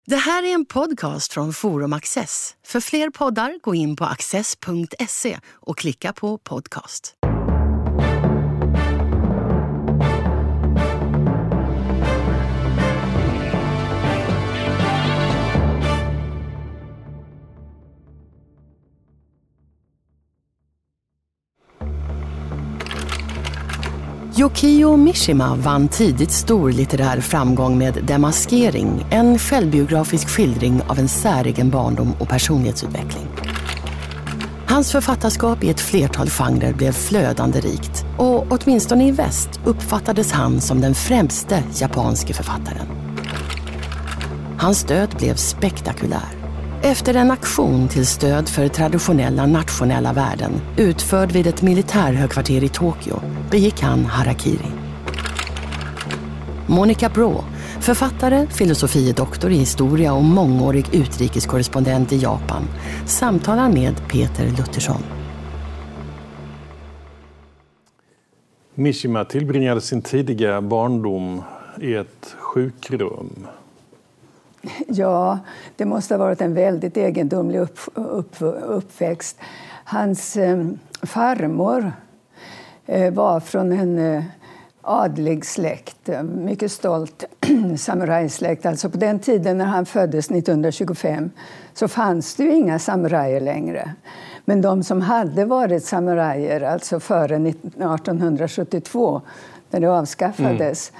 Det här är en podcast från Forum Access. För fler poddar, gå in på access.se och klicka på podcast. Yukio Mishima vann tidigt stor litterär framgång med Demaskering, en självbiografisk skildring av en säregen barndom och personlighetsutveckling. Hans författarskap i ett flertal genrer blev flödande rikt och åtminstone i väst uppfattades han som den främste japanske författaren. Hans död blev spektakulär. Efter en aktion till stöd för traditionella nationella värden utförd vid ett militärhögkvarter i Tokyo begick han harakiri. Monica Braw, författare, filosofiedoktor i historia och mångårig utrikeskorrespondent i Japan, samtalar med Peter Luttersson. Mishima tillbringade sin tidiga barndom i ett sjukrum. Ja, det måste ha varit en väldigt egendomlig uppväxt. Hans farmor var från en adlig släkt, mycket stolt samurajsläkt. Alltså på den tiden när han föddes 1925 så fanns det ju inga samurajer längre. Men de som hade varit samurajer, alltså före 1872 när det avskaffades,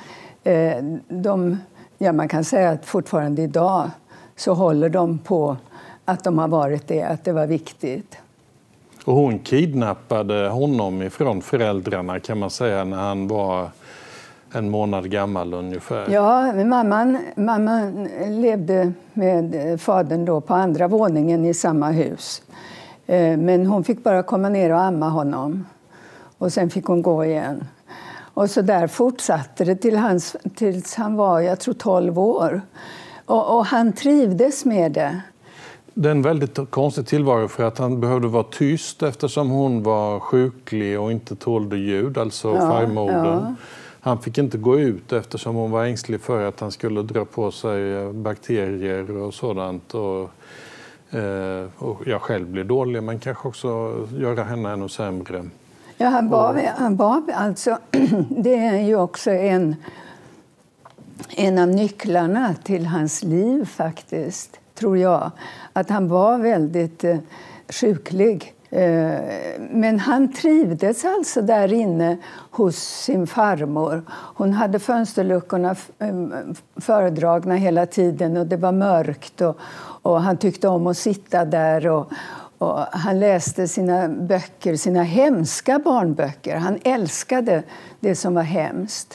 man kan säga att fortfarande idag så håller de på att de har varit det, att det var viktigt. Och hon kidnappade honom ifrån föräldrarna, kan man säga, när han var en månad gammal ungefär. Ja, mamman levde med fadern då på andra våningen i samma hus. Men hon fick bara komma ner och amma honom. Och sen fick hon gå igen. Och så där fortsatte det tills han var, jag tror, 12 år. Och han trivdes med det. Det är en väldigt konstig tillvaro för att han behövde vara tyst eftersom hon var sjuklig och inte tålde ljud, alltså farmodern. Ja. Han fick inte gå ut eftersom hon var ängslig för att han skulle dra på sig bakterier och sådant. Och jag själv blir dålig, men kanske också göra henne ännu sämre. Ja, han var alltså, det är ju också en av nycklarna till hans liv faktiskt, tror jag. Att han var väldigt sjuklig. Men han trivdes alltså där inne hos sin farmor. Hon hade fönsterluckorna föredragna hela tiden och det var mörkt. Och han tyckte om att sitta där och han läste sina böcker, sina hemska barnböcker. Han älskade det som var hemskt.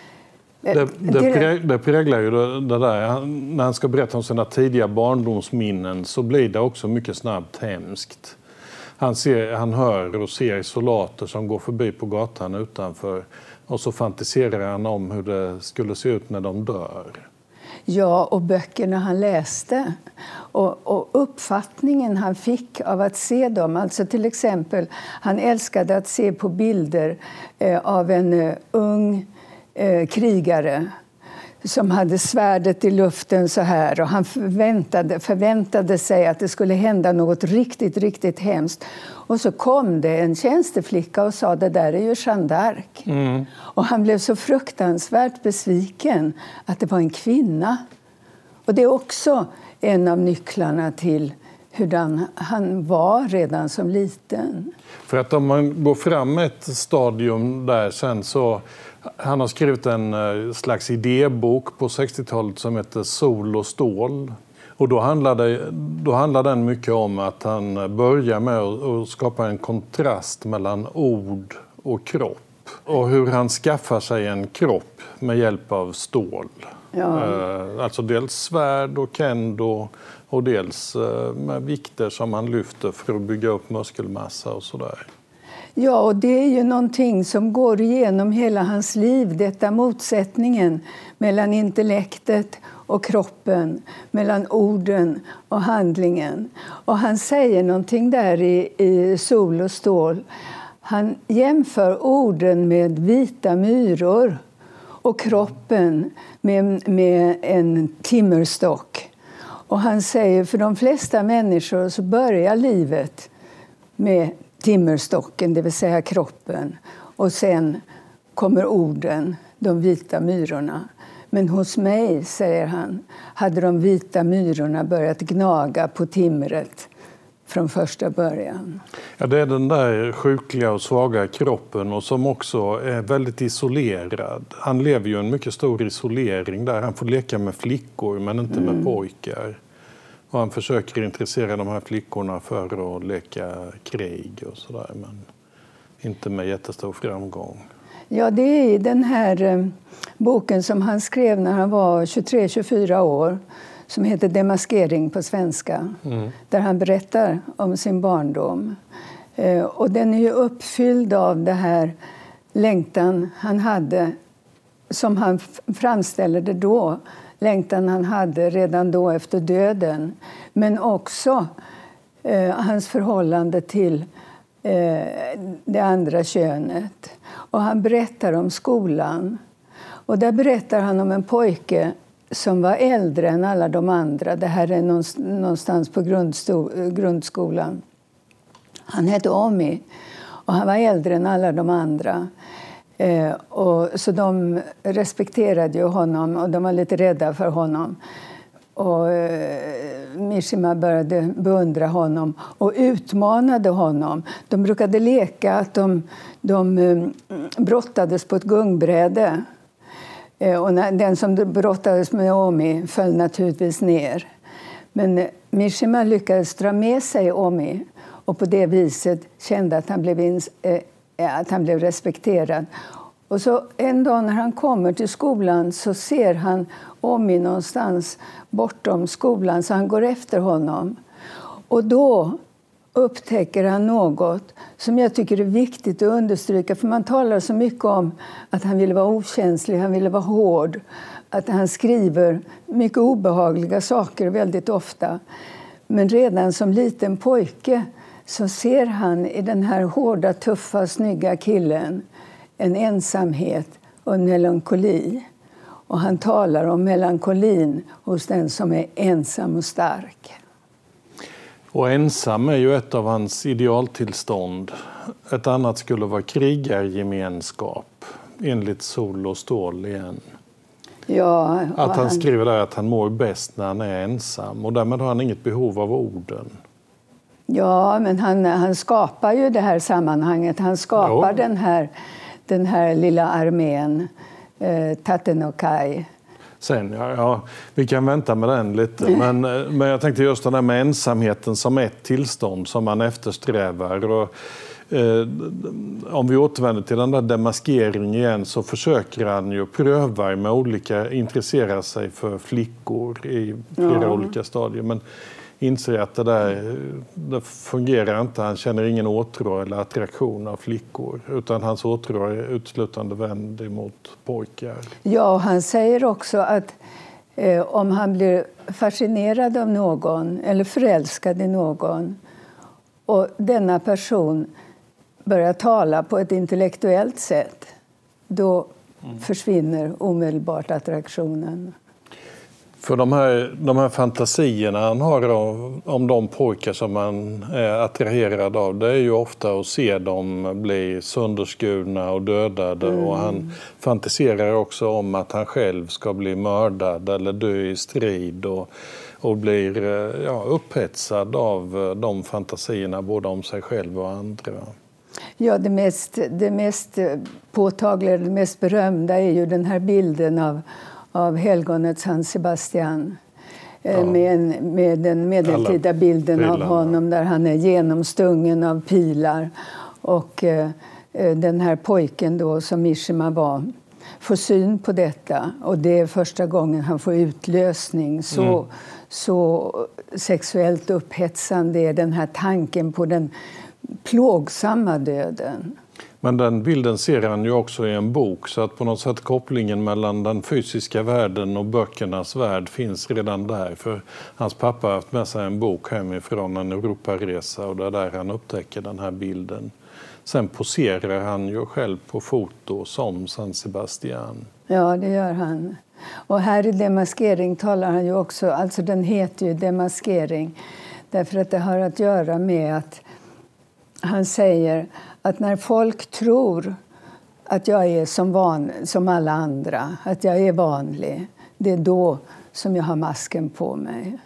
Det präglar ju det där. När han ska berätta om sina tidiga barndomsminnen så blir det också mycket snabbt hemskt. Han hör och ser soldater som går förbi på gatan utanför. Och så fantiserar han om hur det skulle se ut när de dör. Ja, och böckerna han läste och uppfattningen han fick av att se dem. Alltså till exempel, han älskade att se på bilder av en ung krigare som hade svärdet i luften så här. Och han förväntade sig att det skulle hända något riktigt, riktigt hemskt. Och så kom det en tjänsteflicka och sa, det där är ju Jeanne d'Arc. Mm. Och han blev så fruktansvärt besviken att det var en kvinna. Och det är också en av nycklarna till hur han var redan som liten. För att om man går fram ett stadium där sen så... Han har skrivit en slags idébok på 60-talet som heter Sol och stål. Och då handlar den mycket om att han börjar med att skapa en kontrast mellan ord och kropp. Och hur han skaffar sig en kropp med hjälp av stål. Ja. Alltså dels svärd och kendo och dels med vikter som han lyfter för att bygga upp muskelmassa och sådär. Ja, och det är ju någonting som går igenom hela hans liv. Detta motsättningen mellan intellektet och kroppen, mellan orden och handlingen. Och han säger någonting där i Sol och stål. Han jämför orden med vita myror och kroppen med en timmerstock. Och han säger, för de flesta människor så börjar livet med timmerstocken, det vill säga kroppen. Och sen kommer orden, de vita myrorna. Men hos mig, säger han, hade de vita myrorna börjat gnaga på timret från första början. Ja, det är den där sjukliga och svaga kroppen och som också är väldigt isolerad. Han lever ju en mycket stor isolering där. Han får leka med flickor men inte med pojkar. Och han försöker intressera de här flickorna för att leka krig och sådär, men inte med jättestor framgång. Ja, det är i den här boken som han skrev när han var 23-24 år, som heter Demaskering på svenska, där han berättar om sin barndom. Och den är ju uppfylld av det här längtan han hade, som han framställer det då, längtan han hade redan då efter döden, men också hans förhållande till det andra könet. Och han berättar om skolan. Och där berättar han om en pojke som var äldre än alla de andra. Det här är någonstans på grundskolan. Han hette Omi och han var äldre än alla de andra. Så de respekterade ju honom och de var lite rädda för honom. Och Mishima började beundra honom och utmanade honom. De brukade leka att de brottades på ett gungbräde. Och den som brottades med Omi föll naturligtvis ner. Men Mishima lyckades dra med sig Omi och på det viset kände att han blev respekterad. Och så en dag när han kommer till skolan så ser han Omi någonstans bortom skolan, så han går efter honom. Och då upptäcker han något som jag tycker är viktigt att understryka, för man talar så mycket om att han ville vara okänslig, han ville vara hård, att han skriver mycket obehagliga saker väldigt ofta. Men redan som liten pojke så ser han i den här hårda, tuffa, snygga killen en ensamhet och en melankoli. Och han talar om melankolin hos den som är ensam och stark. Och ensam är ju ett av hans idealtillstånd. Ett annat skulle vara krigargemenskap, enligt Sol och stål igen. Ja, att han skriver där att han mår bäst när han är ensam. Och därmed har han inget behov av orden. Ja, men han skapar ju det här sammanhanget. Han skapar den här lilla armén, Tatenokai. Sen, ja, vi kan vänta med den lite. Men jag tänkte just den där med ensamheten som ett tillstånd som man eftersträvar. Och, om vi återvänder till den där demaskeringen igen så försöker han ju pröva med olika, intressera sig för flickor i flera olika stadier. Men inser att det fungerar inte. Han känner ingen åtrå eller attraktion av flickor. Utan hans åtrå är utslutande vänd emot pojkar. Ja, och han säger också att om han blir fascinerad av någon eller förälskad i någon och denna person börjar tala på ett intellektuellt sätt, då försvinner omedelbart attraktionen. För de här fantasierna han har om de pojkar som han är attraherad av, det är ju ofta att se dem bli sönderskurna och dödade. Och han fantiserar också om att han själv ska bli mördad eller dö i strid och blir upphetsad av de fantasierna både om sig själv och andra. Ja, det mest påtagliga, det mest berömda är ju den här bilden av helgonet San Sebastian med den medeltida bilden av honom där han är genomstungen av pilar. Och den här pojken då som Mishima var får syn på detta och det är första gången han får utlösning. Så sexuellt upphetsande är den här tanken på den plågsamma döden. Men den bilden ser han ju också i en bok, så att på något sätt kopplingen mellan den fysiska världen och böckernas värld finns redan där. För hans pappa har haft med sig en bok hemifrån en Europaresa och det är där han upptäcker den här bilden. Sen poserar han ju själv på foto som San Sebastian. Ja, det gör han. Och här i Demaskering talar han ju också, alltså den heter ju Demaskering, därför att det har att göra med att han säger att när folk tror att jag är som alla andra, att jag är vanlig, det är då som jag har masken på mig.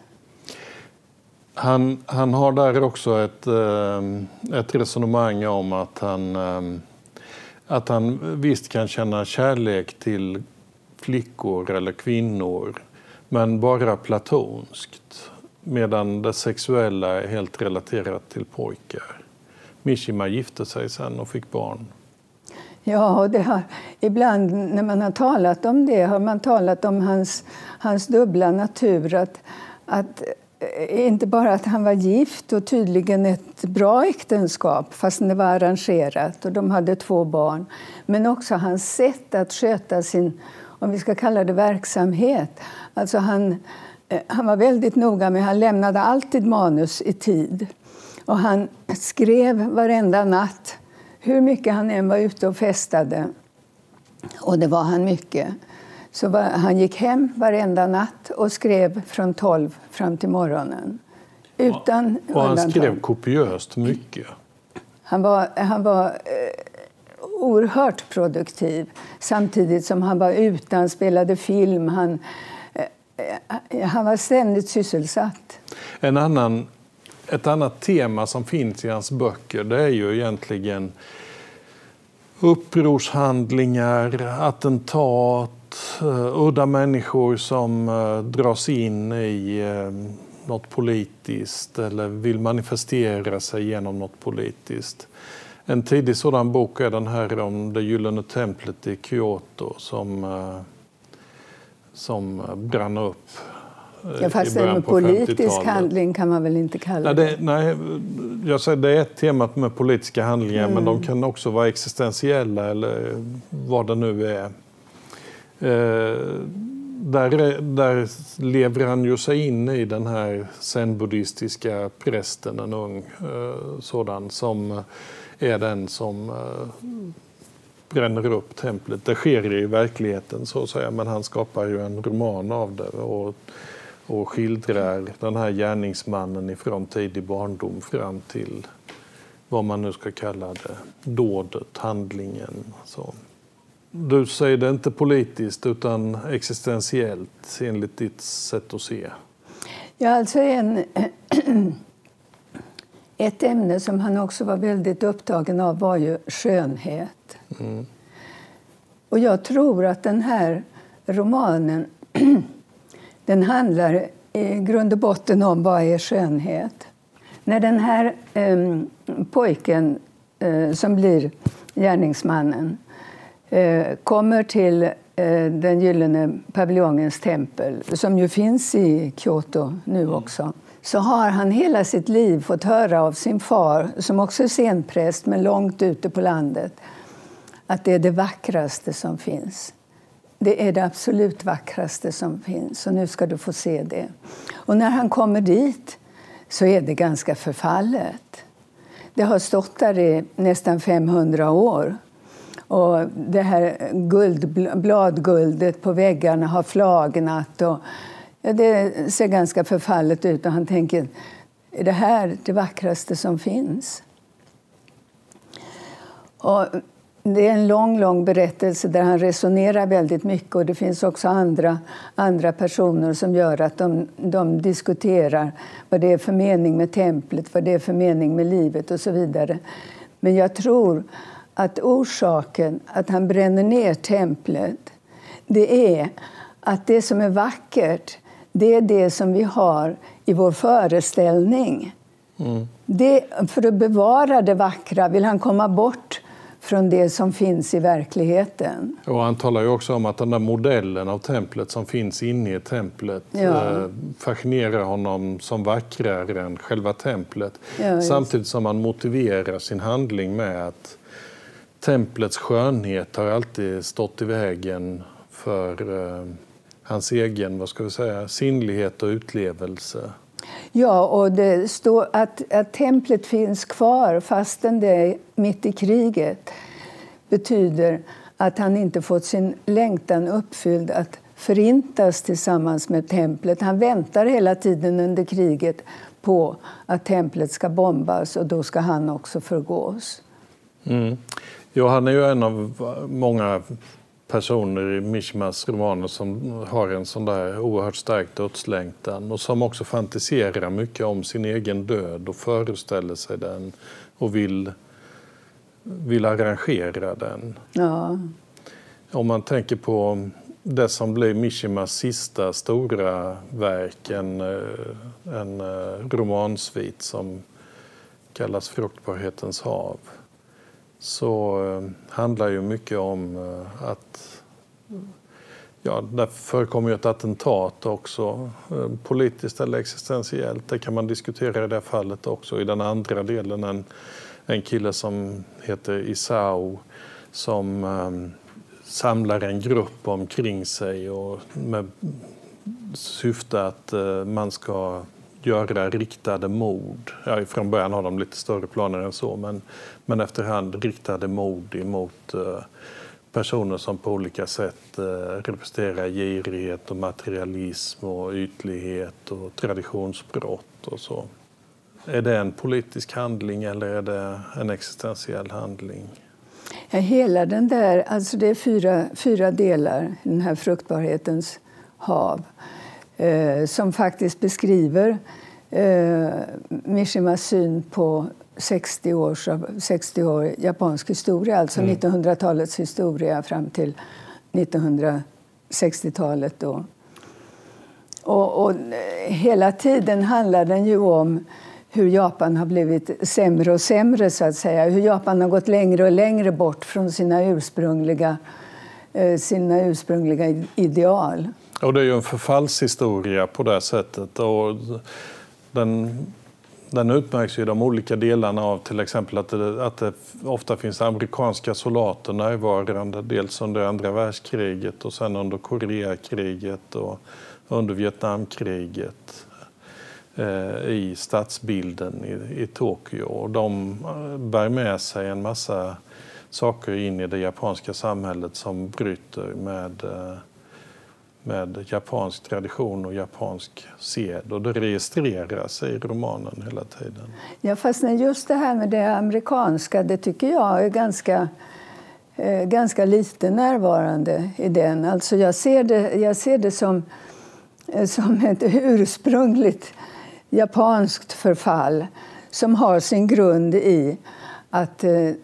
Han har där också ett resonemang om att han visst kan känna kärlek till flickor eller kvinnor, men bara platonskt, medan det sexuella är helt relaterat till pojkar. Mishima gifte sig sen och fick barn. Ja, och ibland när man har talat om det har man talat om hans dubbla natur. Att inte bara att han var gift och tydligen ett bra äktenskap, fast det var arrangerat och de hade 2 barn. Men också hans sätt att sköta sin, om vi ska kalla det, verksamhet. Alltså han var väldigt noga med, han lämnade alltid manus i tid. Och han skrev varenda natt, hur mycket han än var ute och festade. Och det var han mycket. Så han gick hem varenda natt och skrev från 12 fram till morgonen. Utan och han skrev kopiöst mycket. Han var oerhört produktiv. Samtidigt som han var ute, han spelade film. Han var ständigt sysselsatt. Ett annat tema som finns i hans böcker, det är ju egentligen upprorshandlingar, attentat, udda människor som dras in i något politiskt eller vill manifestera sig genom något politiskt. En tidig sådan bok är den här om det gyllene templet i Kyoto som brann upp. Ja, fast en politisk handling kan man väl inte kalla det? Nej, jag säger det är ett tema med politiska handlingar, men de kan också vara existentiella eller vad det nu är. Där lever han ju sig in i den här zen-buddhistiska prästen, en ung sådan som är den som bränner upp templet. Det sker i verkligheten så att säga, men han skapar ju en roman av det och skildrar den här gärningsmannen ifrån tidig barndom fram till vad man nu ska kalla det, dådet, handlingen. Så. Du säger det inte politiskt utan existentiellt enligt ditt sätt att se. Ja, alltså ett ämne som han också var väldigt upptagen av var ju skönhet. Mm. Och jag tror att den här romanen den handlar i grund och botten om vad är skönhet. När den här pojken som blir gärningsmannen kommer till den gyllene paviljongens tempel, som ju finns i Kyoto nu också, så har han hela sitt liv fått höra av sin far, som också är scenpräst men långt ute på landet, att det är det vackraste som finns. Det är det absolut vackraste som finns, och nu ska du få se det. Och när han kommer dit så är det ganska förfallet. Det har stått där i nästan 500 år. Och det här bladguldet på väggarna har flagnat. Och det ser ganska förfallet ut. Och han tänker, är det här det vackraste som finns? Och det är en lång berättelse där han resonerar väldigt mycket. Och det finns också andra personer som gör att de diskuterar vad det är för mening med templet, vad det är för mening med livet och så vidare. Men jag tror att orsaken att han bränner ner templet, det är att det som är vackert, det är det som vi har i vår föreställning. Mm. För att bevara det vackra vill han komma bort från det som finns i verkligheten. Och han talar ju också om att den där modellen av templet som finns inne i templet fascinerar honom som vackrare än själva templet. Ja, samtidigt som han motiverar sin handling med att templets skönhet har alltid stått i vägen för hans egen, vad ska vi säga, sinnlighet och utlevelse. Ja, och det står att templet finns kvar fastän det är mitt i kriget betyder att han inte fått sin längtan uppfylld att förintas tillsammans med templet. Han väntar hela tiden under kriget på att templet ska bombas och då ska han också förgås. Mm. Ja, han är ju en av många personer i Mishimas romaner som har en sån där oerhört stark dödslängtan och som också fantiserar mycket om sin egen död och föreställer sig den och vill arrangera den. Ja. Om man tänker på det som blev Mishimas sista stora verk, en romansvit som kallas Fruktbarhetens hav, så handlar ju mycket om att där förekommer ju ett attentat också, politiskt eller existentiellt. Det kan man diskutera i det fallet också. I den andra delen en kille som heter Isao som samlar en grupp omkring sig och med syfte att man ska göra riktade mord. Ja, från början har de lite större planer än så, men efterhand riktade mord emot personer som på olika sätt representerar girighet och materialism och ytlighet och traditionsbrott och så. Är det en politisk handling eller är det en existentiell handling? Ja, hela den där, alltså det är fyra delar, den här Fruktbarhetens hav, som faktiskt beskriver Mishimas syn på 60 år japansk historia, alltså 1900-talets historia fram till 1960-talet då. Och hela tiden handlar den ju om hur Japan har blivit sämre och sämre, så att säga. Hur Japan har gått längre och längre bort från sina ursprungliga ideal. Och det är ju en förfallshistoria på det sättet. Och den utmärks ju i de olika delarna av till exempel att det ofta finns amerikanska soldater närvarande. Dels under andra världskriget och sen under Koreakriget och under Vietnamkriget i stadsbilden i Tokyo. Och de bär med sig en massa saker in i det japanska samhället som bryter med japansk tradition och japansk sed. Och det registreras i romanen hela tiden. Ja, fast just det här med det amerikanska, det tycker jag är ganska lite närvarande i den. Alltså jag ser det som ett ursprungligt japanskt förfall som har sin grund i att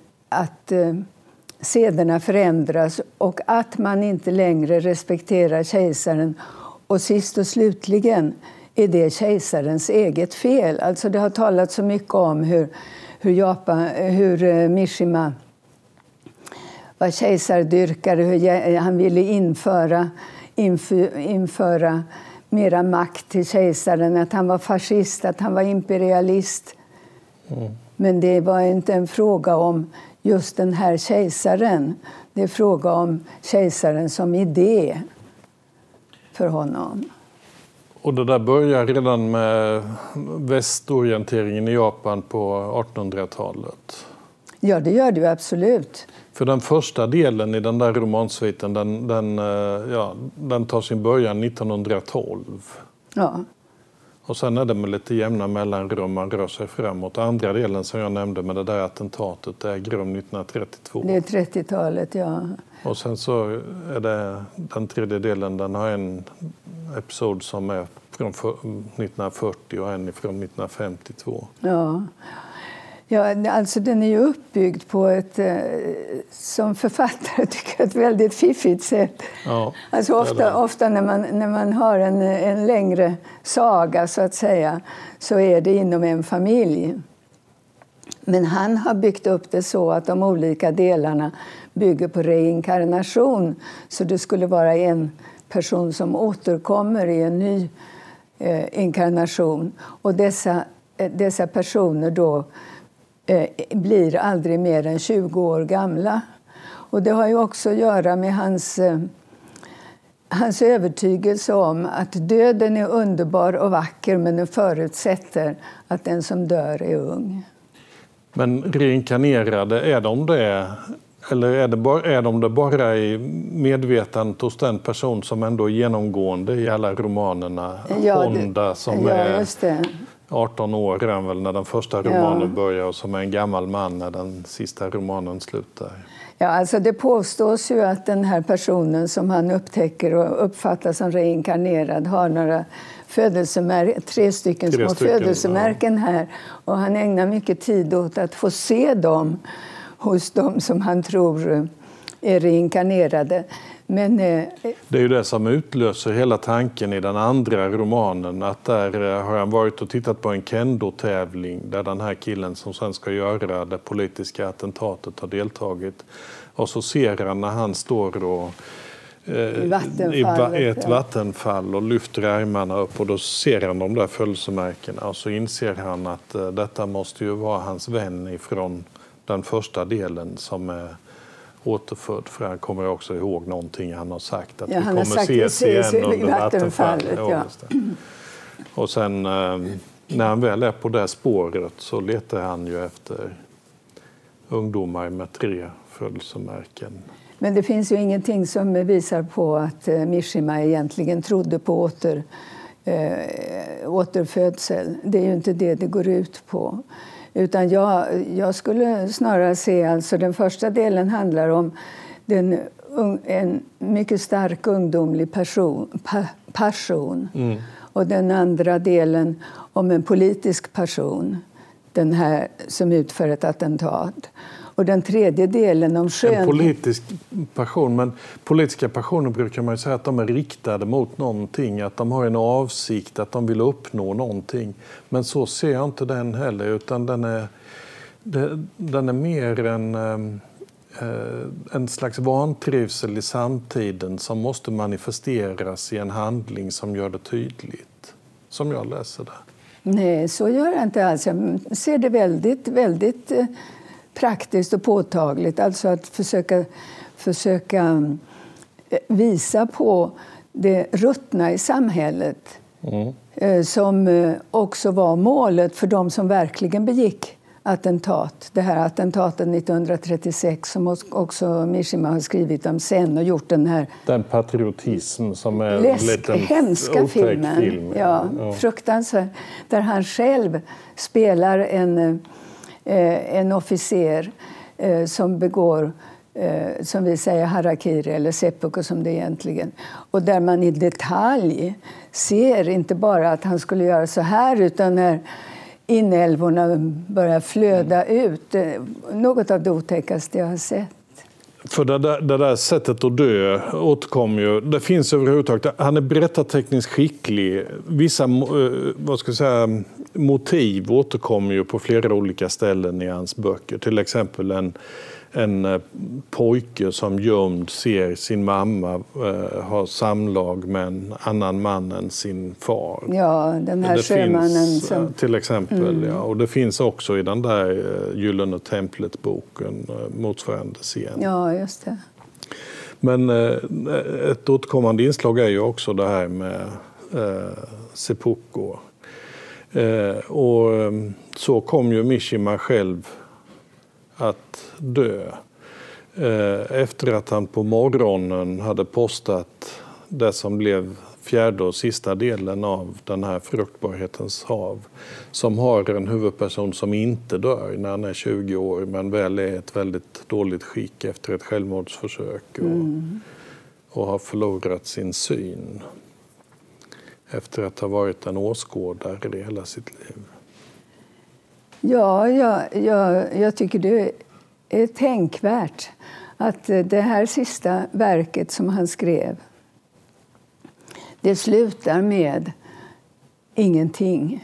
sederna förändras och att man inte längre respekterar kejsaren. Och sist och slutligen är det kejsarens eget fel. Alltså det har talats så mycket om hur Mishima var kejsardyrkare, hur han ville införa mera makt till kejsaren, att han var fascist, att han var imperialist. Men det var inte en fråga om just den här kejsaren. Det är fråga om kejsaren som idé för honom. Och det där börjar redan med västorienteringen i Japan på 1800-talet. Ja, det gör det ju absolut. För den första delen i den där romansviten, den tar sin början 1912. Ja. Och sen är det med lite jämna mellanrum man rör sig framåt. Andra delen som jag nämnde med det där attentatet, det äger rum 1932. Det är 30-talet, ja. Och sen så är det den tredje delen, den har en episod som är från 1940 och en från 1952. Ja. Ja, alltså den är ju uppbyggd på ett, som författare tycker jag, ett väldigt fiffigt sätt. Ja, alltså ofta när man har en längre saga så att säga, så är det inom en familj. Men han har byggt upp det så att de olika delarna bygger på reinkarnation. Så det skulle vara en person som återkommer i en ny inkarnation. Och dessa personer då blir aldrig mer än 20 år gamla. Och det har ju också att göra med hans övertygelse om att döden är underbar och vacker, men den förutsätter att den som dör är ung. Men reinkarnerade, är de det Eller är de det bara i medvetandet hos den person som ändå är genomgående i alla romanerna? Honda som är 18 år väl när den första romanen börjar och som är en gammal man när den sista romanen slutar. Ja, alltså det påstås ju att den här personen som han upptäcker och uppfattar som reinkarnerad har några tre stycken små födelsemärken här. Och han ägnar mycket tid åt att få se dem hos dem som han tror är reinkarnerade. Men, det är ju det som utlöser hela tanken i den andra romanen. Att där har han varit och tittat på en kendo-tävling där den här killen som sen ska göra det politiska attentatet har deltagit. Och så ser han när han står och i ett vattenfall och lyfter armarna upp och då ser han de där födelsemärkena och så inser han att detta måste ju vara hans vän ifrån den första delen som är återfödd, för han kommer också ihåg någonting han har sagt att vi kommer ses igen under vattenfallet. Ja. Och sen när han väl är på det spåret så letar han ju efter ungdomar med 3 födelsemärken. Men det finns ju ingenting som visar på att Mishima egentligen trodde på återfödsel. Det är ju inte det går ut på. Utan jag skulle snarare se, alltså den första delen handlar om en mycket stark ungdomlig passion. Och den andra delen om en politisk passion, den här som utför ett attentat. Och den tredje delen om en politisk passion, men politiska passioner brukar man ju säga att de är riktade mot någonting, att de har en avsikt, att de vill uppnå någonting. Men så ser jag inte den heller, utan den är mer en slags vantrivsel i samtiden som måste manifesteras i en handling som gör det tydligt, som jag läser det. Nej, så gör jag inte alls. Jag ser det väldigt, väldigt praktiskt och påtagligt. Alltså att försöka visa på det ruttna i samhället som också var målet för de som verkligen begick attentat. Det här attentatet 1936 som också Mishima har skrivit om sen och gjort den patriotism som är en hemska film. Ja, fruktansvärt. Där han själv spelar en officer som begår, som vi säger, harakiri eller seppuku som det egentligen. Och där man i detalj ser inte bara att han skulle göra så här, utan när inälvorna börjar flöda ut. Något av det otäckaste jag har sett. För det där sättet att dö återkommer ju. Det finns överhuvudtaget. Han är berättartekniskt skicklig. Vissa motiv återkommer ju på flera olika ställen i hans böcker. Till exempel en pojke som gömd ser sin mamma ha samlag med en annan man än sin far. Ja, den här sjömannen som... Till exempel, ja. Och det finns också i den där Gyllene templet-boken motsvarande scen. Ja, just det. Men ett återkommande inslag är ju också det här med seppuku. Och så kom ju Mishima själv att dö efter att han på morgonen hade postat det som blev 4:e och sista delen av den här fruktbarhetens hav, som har en huvudperson som inte dör när han är 20 år men väl är ett väldigt dåligt skick efter ett självmordsförsök och har förlorat sin syn efter att ha varit en åskådare i hela sitt liv. Ja, jag tycker det är tänkvärt att det här sista verket som han skrev, det slutar med ingenting.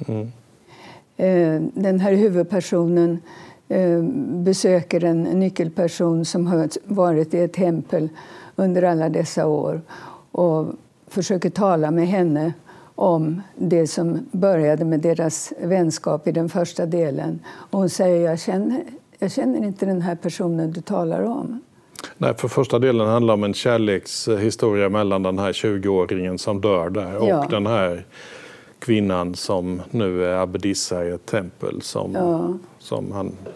Den här huvudpersonen besöker en nyckelperson som har varit i ett tempel under alla dessa år och försöker tala med henne om det som började med deras vänskap i den första delen. Och hon säger, jag känner inte den här personen du talar om. Nej, för första delen handlar om en kärlekshistoria mellan den här 20-åringen som dör där och den här kvinnan som nu är abbedissa i ett tempel som han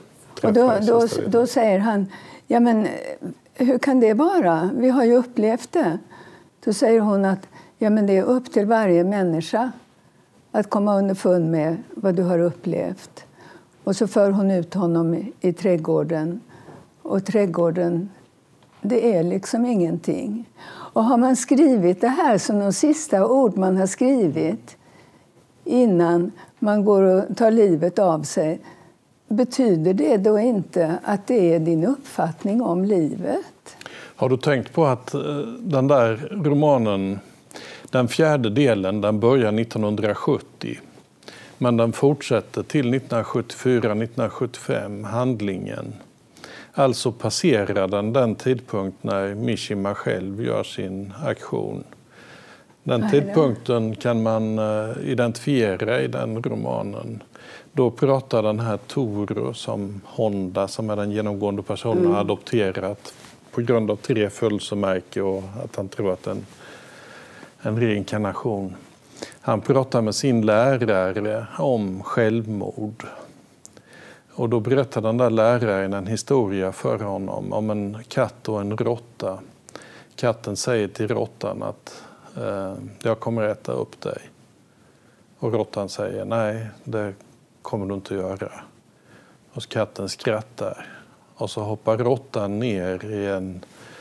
Och då säger han, ja men hur kan det vara? Vi har ju upplevt det. Då säger hon att ja, men det är upp till varje människa att komma underfund med vad du har upplevt. Och så för hon ut honom i trädgården. Och trädgården, det är liksom ingenting. Och har man skrivit det här som de sista ord man har skrivit innan man går och tar livet av sig, betyder det då inte att det är din uppfattning om livet? Har du tänkt på att den där romanen, den fjärde delen, den börjar 1970. Men den fortsätter till 1974-1975, handlingen. Alltså passerar den tidpunkt när Mishima själv gör sin aktion. Den tidpunkten kan man identifiera i den romanen. Då pratar den här Toru som Honda, som är den genomgående personen, har adopterat på grund av 3 födelsemärken och att han tror att en reinkarnation. Han pratar med sin lärare om självmord. Och då berättar den där läraren en historia för honom om en katt och en råtta. Katten säger till råttan att jag kommer äta upp dig. Och råttan säger nej, det kommer du inte göra. Och så katten skrattar. Och så hoppar råttan ner i en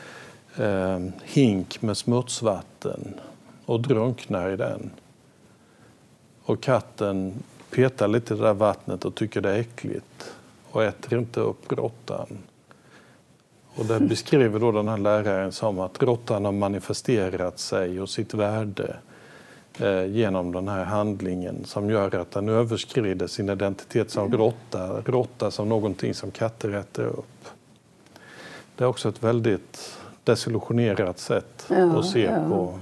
hink med smutsvatten och drunknar i den. Och katten petar lite i det där vattnet och tycker det är äckligt och äter inte upp råttan. Och det beskriver då den här läraren som att råttan har manifesterat sig och sitt värde genom den här handlingen som gör att den överskrider sin identitet som råtta som någonting som katter äter upp. Det är också ett väldigt desillusionerat sätt att se på.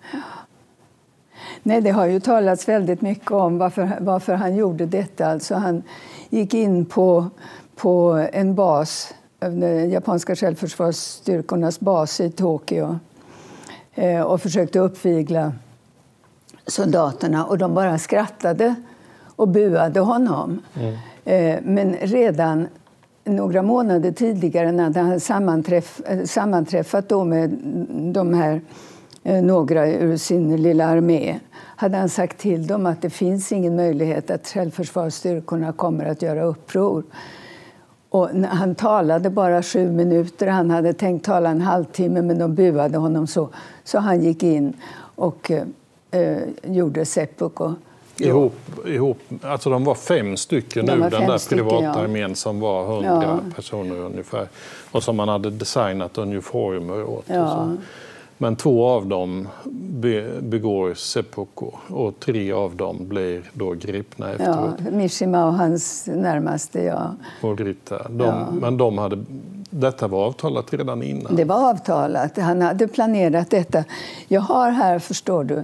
Nej, det har ju talats väldigt mycket om varför han gjorde detta. Alltså han gick in på en bas, de japanska självförsvarsstyrkornas bas i Tokyo och försökte uppvigla soldaterna. Och de bara skrattade och buade honom. Men redan några månader tidigare när han sammanträffat då med de här några ur sin lilla armé, hade han sagt till dem att det finns ingen möjlighet att självförsvarsstyrkorna kommer att göra uppror. Och han talade bara 7 minuter, han hade tänkt tala en halvtimme, men de buade honom så han gick in och gjorde seppuku. Ihop, alltså de var 5 stycken ur den där privatarmén som var 100 personer ungefär. Och som man hade designat uniformer åt. Och så. Men 2 av dem begår seppuku och 3 av dem blir då gripna efteråt. Ja, Mishima och hans närmaste, Och Rita. Men detta var avtalat redan innan. Det var avtalat. Han hade planerat detta. Jag har här, förstår du.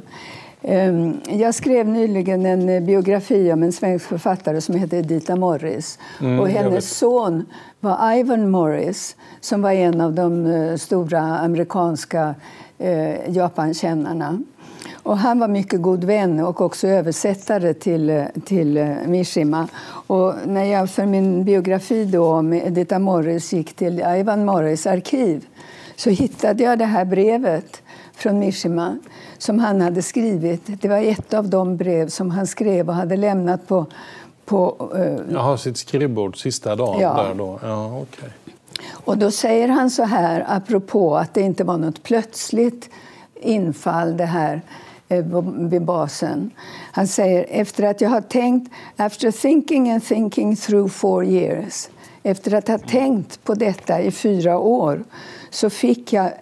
Jag skrev nyligen en biografi om en svensk författare som heter Editha Morris. Och hennes son var Ivan Morris, som var en av de stora amerikanska Japankännarna. Och han var mycket god vän och också översättare till Mishima. Och när jag för min biografi då om Editha Morris gick till Ivan Morris arkiv, så hittade jag det här brevet från Mishima som han hade skrivit. Det var ett av de brev som han skrev och hade lämnat på sitt skrivbord sista dagen där då. Ja, okay. Och då säger han så här, apropå att det inte var något plötsligt infall det här vid basen. Han säger, efter att jag har tänkt, after thinking and thinking through 4 years, efter att ha tänkt på detta i 4 år, så fick jag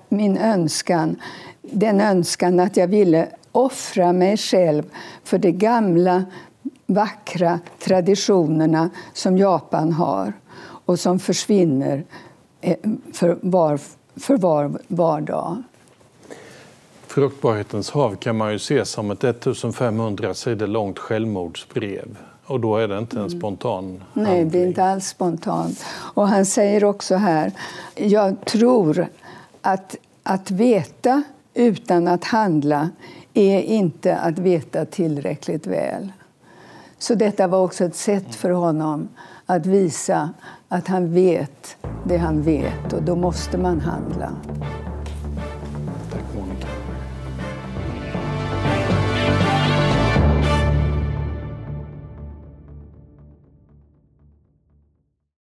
den önskan att jag ville offra mig själv för de gamla vackra traditionerna som Japan har och som försvinner för var dag. Fruktbarhetens hav kan man ju se som ett 1500 sidor långt självmordsbrev. Och då är det inte en spontan handling. Nej, det är inte alls spontant. Och han säger också här, jag tror att veta utan att handla är inte att veta tillräckligt väl. Så detta var också ett sätt för honom att visa att han vet det han vet, och då måste man handla.